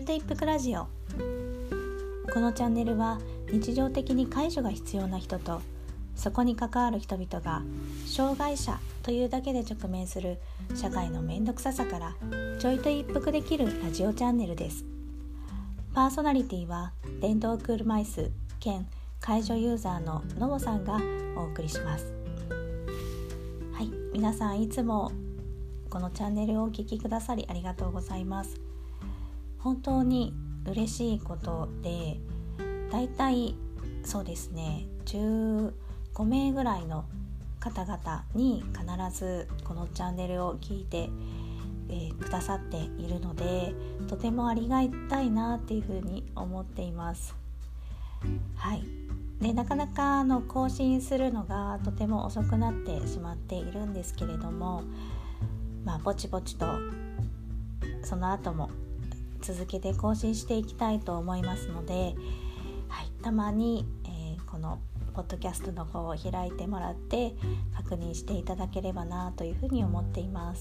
ちょいと一服ラジオ。このチャンネルは日常的に介助が必要な人とそこに関わる人々が障害者というだけで直面する社会のめんどくささからちょいと一服できるラジオチャンネルです。パーソナリティは電動車椅子兼介助ユーザーののぼさんがお送りします。はい、皆さんいつもこのチャンネルをお聞きくださりありがとうございます。本当に嬉しいことで、だいたいそうですね15名ぐらいの方々に必ずこのチャンネルを聞いて、くださっているので、とてもありがたいなっていうふうに思っています。はい。で、なかなか更新するのがとても遅くなってしまっているんですけれども、ぼちぼちとその後も続けて更新していきたいと思いますので、はい、たまに、このポッドキャストの方を開いてもらって確認していただければなというふうに思っています。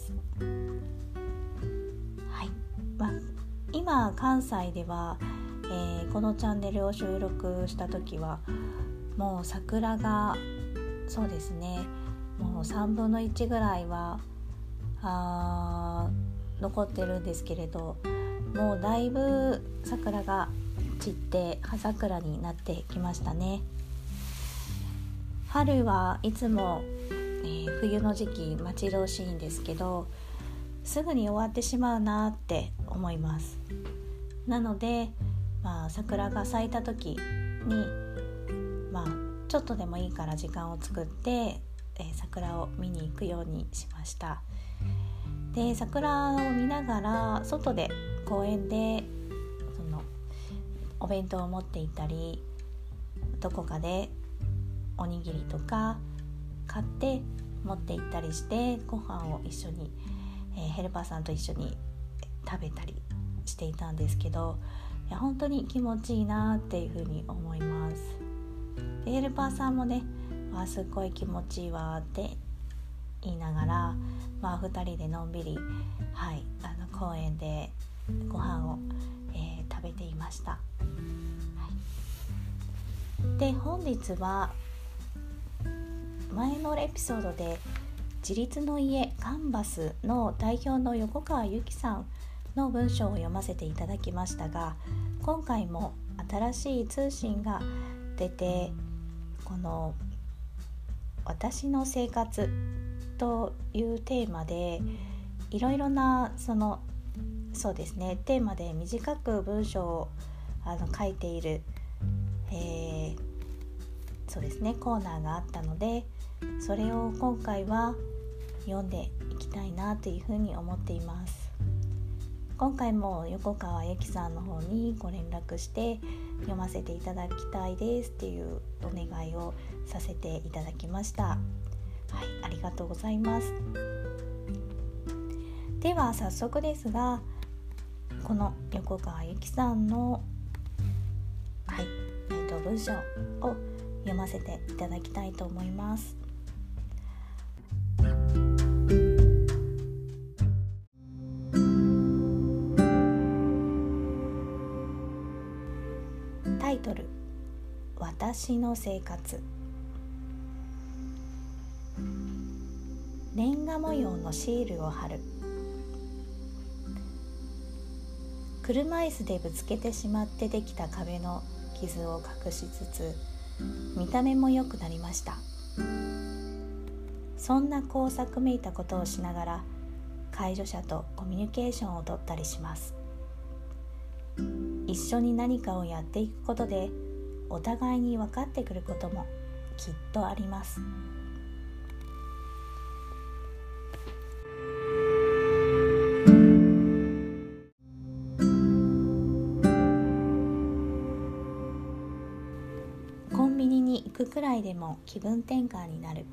はい、今関西では、このチャンネルを収録した時はもう桜がそうですねもう3分の1ぐらいは残ってるんですけれど、もうだいぶ桜が散って葉桜になってきましたね。春はいつも、冬の時期待ち遠しいんですけど、すぐに終わってしまうなって思います。なので、桜が咲いた時に、ちょっとでもいいから時間を作って、桜を見に行くようにしました。で、桜を見ながら外で公園でお弁当を持っていたり、どこかでおにぎりとか買って持って行ったりしてご飯を一緒に、ヘルパーさんと一緒に食べたりしていたんですけど、本当に気持ちいいなっていうふうに思います。で、ヘルパーさんもね、すっごい気持ちいいわって言いながら、2人でのんびり、公園でご飯を、食べていました。で、本日は前のエピソードで自立の家カンバスの代表の横川由紀さんの文章を読ませていただきましたが、今回も新しい通信が出て、この私の生活というテーマでいろいろなそうですねテーマで短く文章を書いている、そうですねコーナーがあったので、それを今回は読んでいきたいなというふうに思っています。今回も横川由紀さんの方にご連絡して読ませていただきたいですっていうお願いをさせていただきました。はい、ありがとうございます。では早速ですが、この横川由紀さんの、文章を読ませていただきたいと思います。タイトル、私の生活。レンガ模様のシールを貼る。車椅子でぶつけてしまってできた壁の傷を隠しつつ、見た目も良くなりました。そんな工作めいたことをしながら介助者とコミュニケーションをとったりします。一緒に何かをやっていくことでお互いに分かってくることもきっとあります。コンビニに行くくらいでも気分転換になる。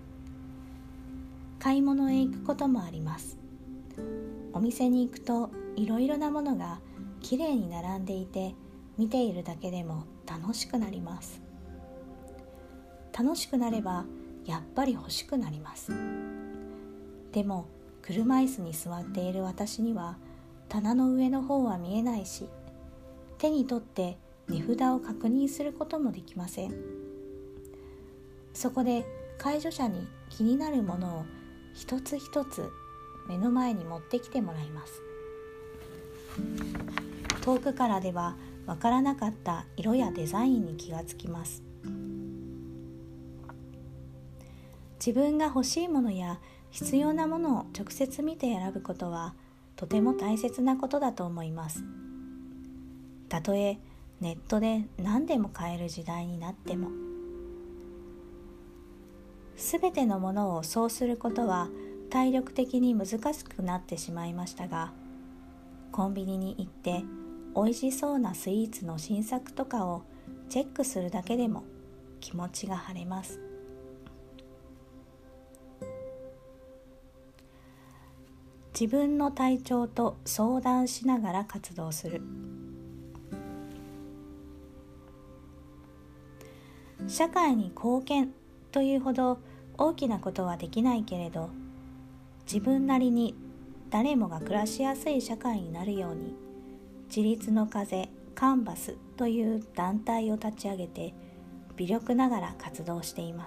買い物へ行くこともあります。お店に行くといろいろなものがきれいに並んでいて、見ているだけでも楽しくなります。楽しくなればやっぱり欲しくなります。でも車椅子に座っている私には棚の上の方は見えないし、 手に取って値札を確認することもできません。そこで介助者に気になるものを一つ一つ目の前に持ってきてもらいます。遠くからではわからなかった色やデザインに気がつきます。自分が欲しいものや必要なものを直接見て選ぶことはとても大切なことだと思います。たとえネットで何でも買える時代になっても、すべてのものをそうすることは体力的に難しくなってしまいましたが、コンビニに行って美味しそうなスイーツの新作とかをチェックするだけでも気持ちが晴れます。自分の体調と相談しながら活動する。社会に貢献というほど大きなことはできないけれど、自分なりに誰もが暮らしやすい社会になるように、自立の風カンバスという団体を立ち上げて微力ながら活動しています。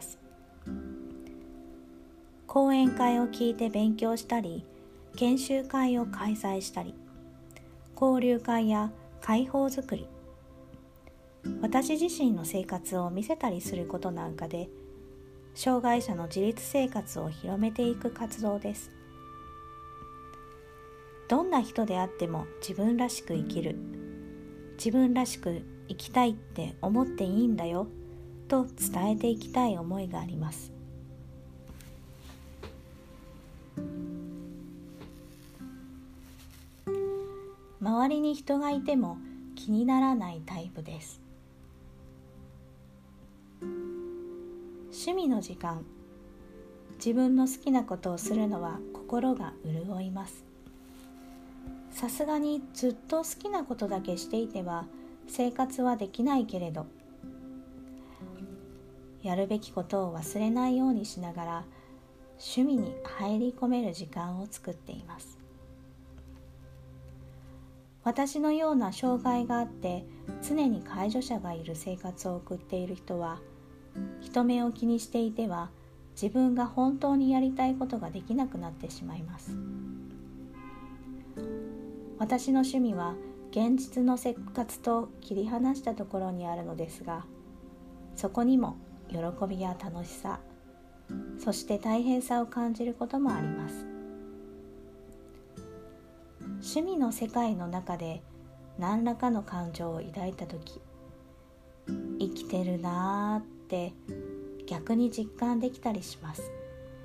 講演会を聞いて勉強したり、研修会を開催したり、交流会や会報づくり、私自身の生活を見せたりすることなんかで、障害者の自立生活を広めていく活動です。どんな人であっても自分らしく生きる、自分らしく生きたいって思っていいんだよと伝えていきたい思いがあります。周りに人がいても気にならないタイプです。趣味の時間、自分の好きなことをするのは心が潤います。さすがにずっと好きなことだけしていては生活はできないけれど、やるべきことを忘れないようにしながら趣味に入り込める時間を作っています。私のような障害があって常に介助者がいる生活を送っている人は、人目を気にしていては自分が本当にやりたいことができなくなってしまいます。私の趣味は現実の生活と切り離したところにあるのですが、そこにも喜びや楽しさ、そして大変さを感じることもあります。趣味の世界の中で何らかの感情を抱いたとき、生きてるなーって逆に実感できたりします。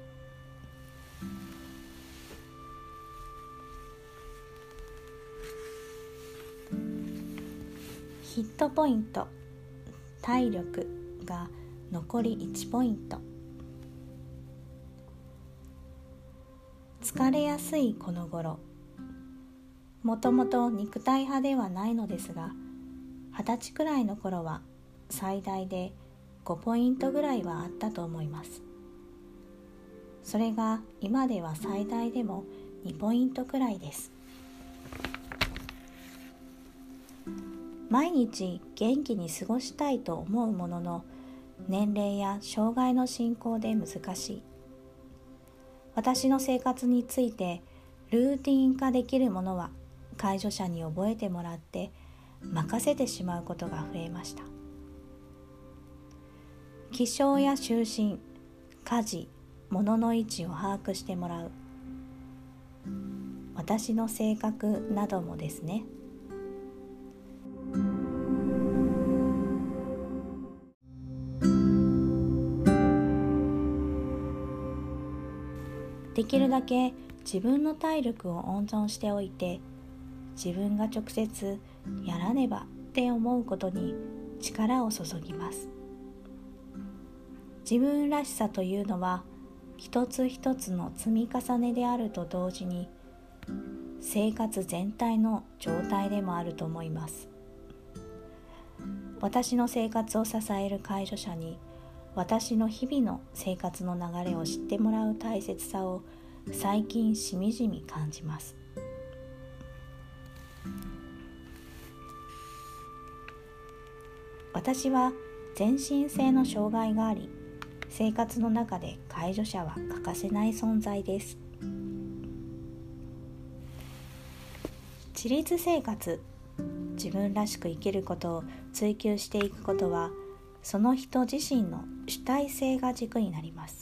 ヒットポイント、体力が残り1ポイント。疲れやすいこの頃、もともと肉体派ではないのですが、20歳くらいの頃は最大で5ポイントぐらいはあったと思います。それが今では最大でも2ポイントくらいです。毎日元気に過ごしたいと思うものの、年齢や障害の進行で難しい。私の生活についてルーティン化できるものは介助者に覚えてもらって任せてしまうことが増えました。起床や就寝、家事、物の位置を把握してもらう。私の性格などもですね。できるだけ自分の体力を温存しておいて、自分が直接やらねばって思うことに力を注ぎます。自分らしさというのは一つ一つの積み重ねであると同時に、生活全体の状態でもあると思います。私の生活を支える介助者に、私の日々の生活の流れを知ってもらう大切さを最近しみじみ感じます。 私は全身性の障害があり、生活の中で介助者は欠かせない存在です。自立生活、自分らしく生きることを追求していくことは、その人自身の主体性が軸になります。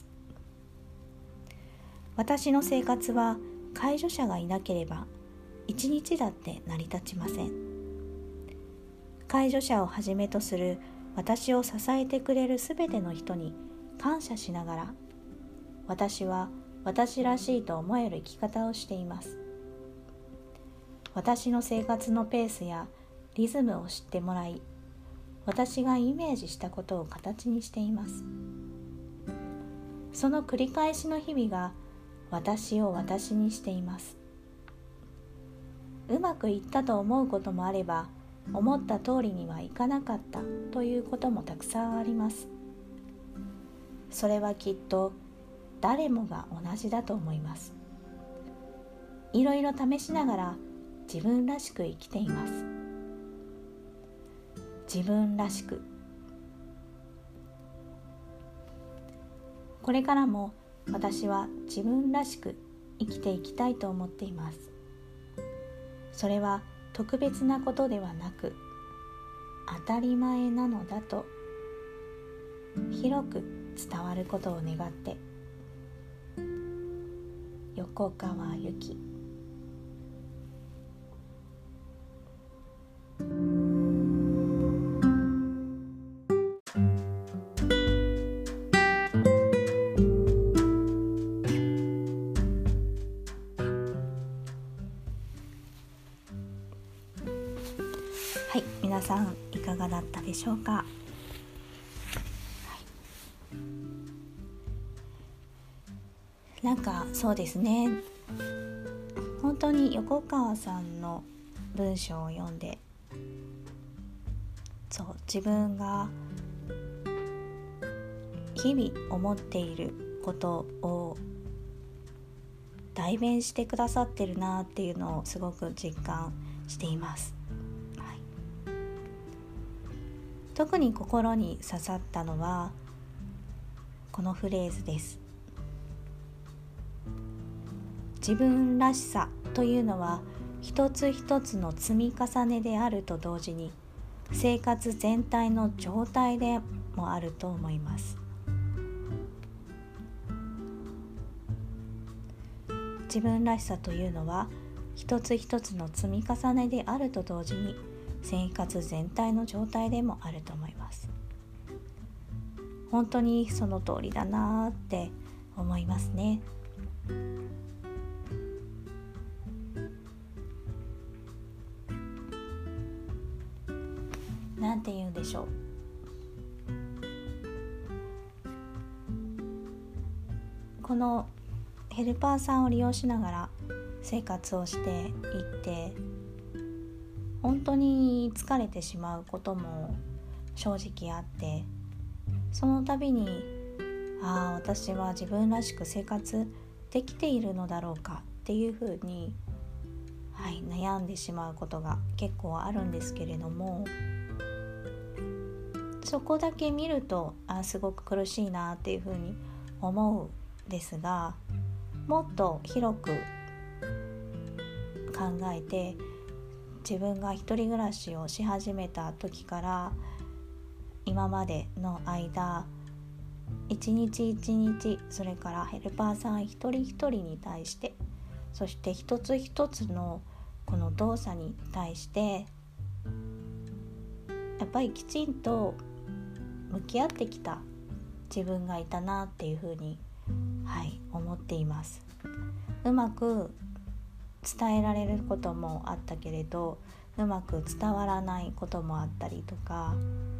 私の生活は介助者がいなければ一日だって成り立ちません。介助者をはじめとする私を支えてくれるすべての人に感謝しながら、私は私らしいと思える生き方をしています。私の生活のペースやリズムを知ってもらい、私がイメージしたことを形にしています。その繰り返しの日々が私を私にしています。うまくいったと思うこともあれば、思った通りにはいかなかったということもたくさんあります。それはきっと誰もが同じだと思います。いろいろ試しながら自分らしく生きています。自分らしく。これからも私は自分らしく生きていきたいと思っています。それは特別なことではなく、当たり前なのだと広く伝わることを願って。横川由紀。はい、皆さんいかがだったでしょうか。なんかそうですね、本当に横川さんの文章を読んで、自分が日々思っていることを代弁してくださってるなっていうのをすごく実感しています。特に心に刺さったのはこのフレーズです。自分らしさというのは一つ一つの積み重ねであると同時に、生活全体の状態でもあると思います。自分らしさというのは一つ一つの積み重ねであると同時に、生活全体の状態でもあると思います。本当にその通りだなって思いますね。なんて言うんでしょう、このヘルパーさんを利用しながら生活をしていって、本当に疲れてしまうことも正直あって、その度に私は自分らしく生活できているのだろうかっていうふうに、悩んでしまうことが結構あるんですけれども、そこだけ見るとすごく苦しいなっていうふうに思うんですが、もっと広く考えて、自分が一人暮らしをし始めた時から今までの間、一日一日、それからヘルパーさん一人一人に対して、そして一つ一つのこの動作に対してやっぱりきちんと向き合ってきた自分がいたなっていうふうに、思っています。うまく伝えられることもあったけれど、うまく伝わらないこともあったりとか、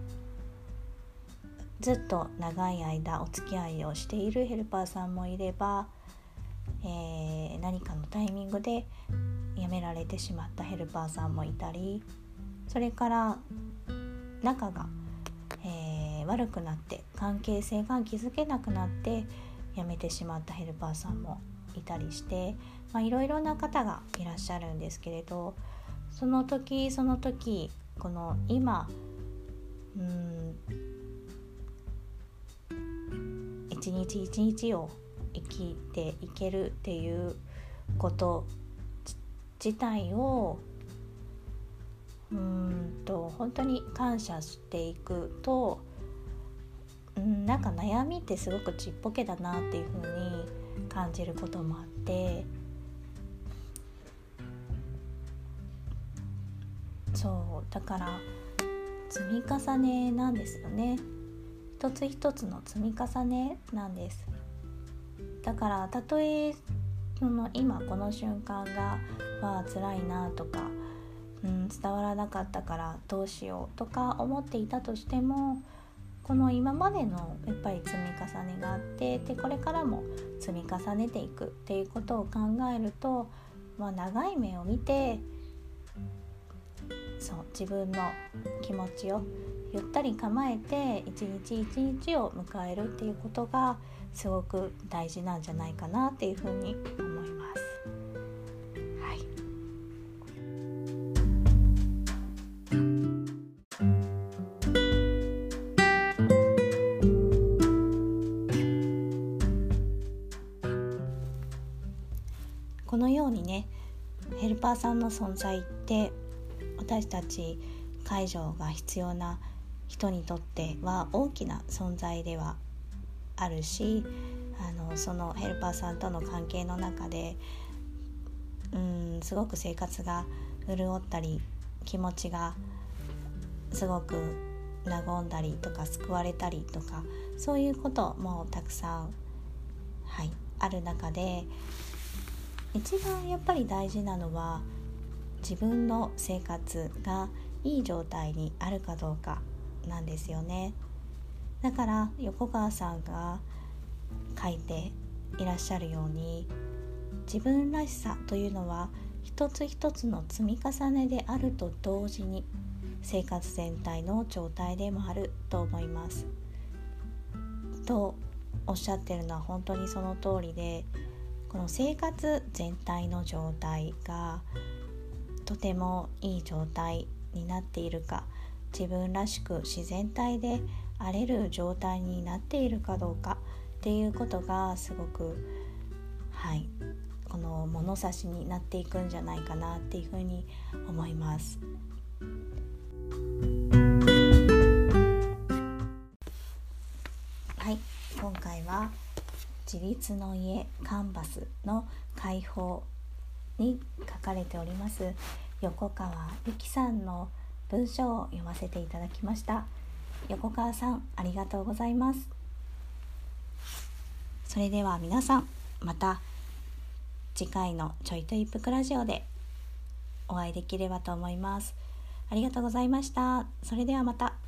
ずっと長い間お付き合いをしているヘルパーさんもいれば、何かのタイミングで辞められてしまったヘルパーさんもいたり、それから仲が、悪くなって関係性が築けなくなって辞めてしまったヘルパーさんもいたりして、いろいろな方がいらっしゃるんですけれど、その時その時、この今一日一日を生きていけるっていうこと自体を本当に感謝していくと、なんか悩みってすごくちっぽけだなっていう風に感じることもあって、そうだから積み重ねなんですよね。一つ一つの積み重ねなんです。だからたとえ今この瞬間が辛いなとか、伝わらなかったからどうしようとか思っていたとしても、この今までのやっぱり積み重ねがあって、でこれからも積み重ねていくっていうことを考えると、長い目を見て自分の気持ちをゆったり構えて一日一日を迎えるっていうことがすごく大事なんじゃないかなっていうふうに思います。このようにね、ヘルパーさんの存在って私たち介助が必要な人にとっては大きな存在ではあるし、そのヘルパーさんとの関係の中ですごく生活が潤ったり、気持ちがすごく和んだりとか救われたりとか、そういうこともたくさん、ある中で、一番やっぱり大事なのは自分の生活がいい状態にあるかどうかなんですよね。だから横川さんが書いていらっしゃるように、自分らしさというのは一つ一つの積み重ねであると同時に生活全体の状態でもあると思いますとおっしゃってるのは本当にその通りで、この生活全体の状態がとてもいい状態になっているか、自分らしく自然体であれる状態になっているかどうかっていうことがすごくこの物差しになっていくんじゃないかなっていうふうに思います。今回は自立の家カンバスの解放に書かれております横川由紀さんの文章を読ませていただきました。横川さん、ありがとうございます。それでは皆さん、また次回のちょいと一服ラジオでお会いできればと思います。ありがとうございました。それではまた。